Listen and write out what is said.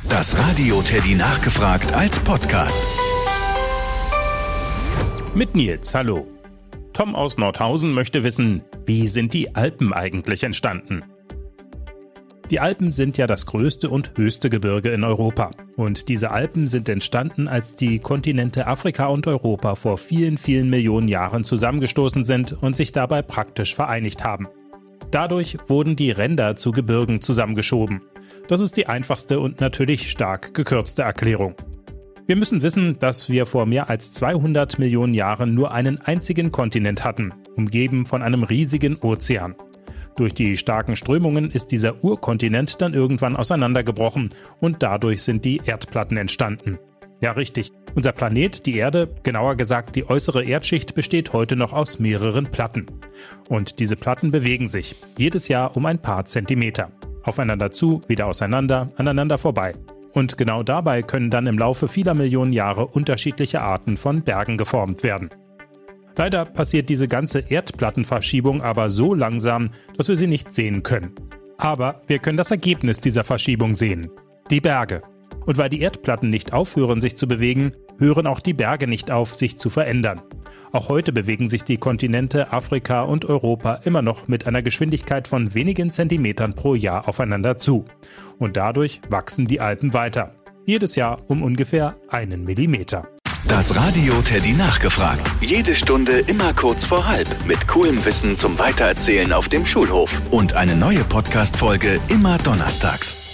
Das Radio Teddy nachgefragt als Podcast. Mit Nils, hallo. Tom aus Nordhausen möchte wissen, wie sind die Alpen eigentlich entstanden? Die Alpen sind ja das größte und höchste Gebirge in Europa. Und diese Alpen sind entstanden, als die Kontinente Afrika und Europa vor vielen, vielen Millionen Jahren zusammengestoßen sind und sich dabei praktisch vereinigt haben. Dadurch wurden die Ränder zu Gebirgen zusammengeschoben. Das ist die einfachste und natürlich stark gekürzte Erklärung. Wir müssen wissen, dass wir vor mehr als 200 Millionen Jahren nur einen einzigen Kontinent hatten, umgeben von einem riesigen Ozean. Durch die starken Strömungen ist dieser Urkontinent dann irgendwann auseinandergebrochen und dadurch sind die Erdplatten entstanden. Ja, richtig. Unser Planet, die Erde, genauer gesagt die äußere Erdschicht, besteht heute noch aus mehreren Platten. Und diese Platten bewegen sich, jedes Jahr um ein paar Zentimeter. Aufeinander zu, wieder auseinander, aneinander vorbei. Und genau dabei können dann im Laufe vieler Millionen Jahre unterschiedliche Arten von Bergen geformt werden. Leider passiert diese ganze Erdplattenverschiebung aber so langsam, dass wir sie nicht sehen können. Aber wir können das Ergebnis dieser Verschiebung sehen: die Berge. Und weil die Erdplatten nicht aufhören, sich zu bewegen, hören auch die Berge nicht auf, sich zu verändern. Auch heute bewegen sich die Kontinente Afrika und Europa immer noch mit einer Geschwindigkeit von wenigen Zentimetern pro Jahr aufeinander zu. Und dadurch wachsen die Alpen weiter. Jedes Jahr um ungefähr 1 Millimeter. Das Radio Teddy nachgefragt. Jede Stunde immer kurz vor halb. Mit coolem Wissen zum Weitererzählen auf dem Schulhof. Und eine neue Podcast-Folge immer donnerstags.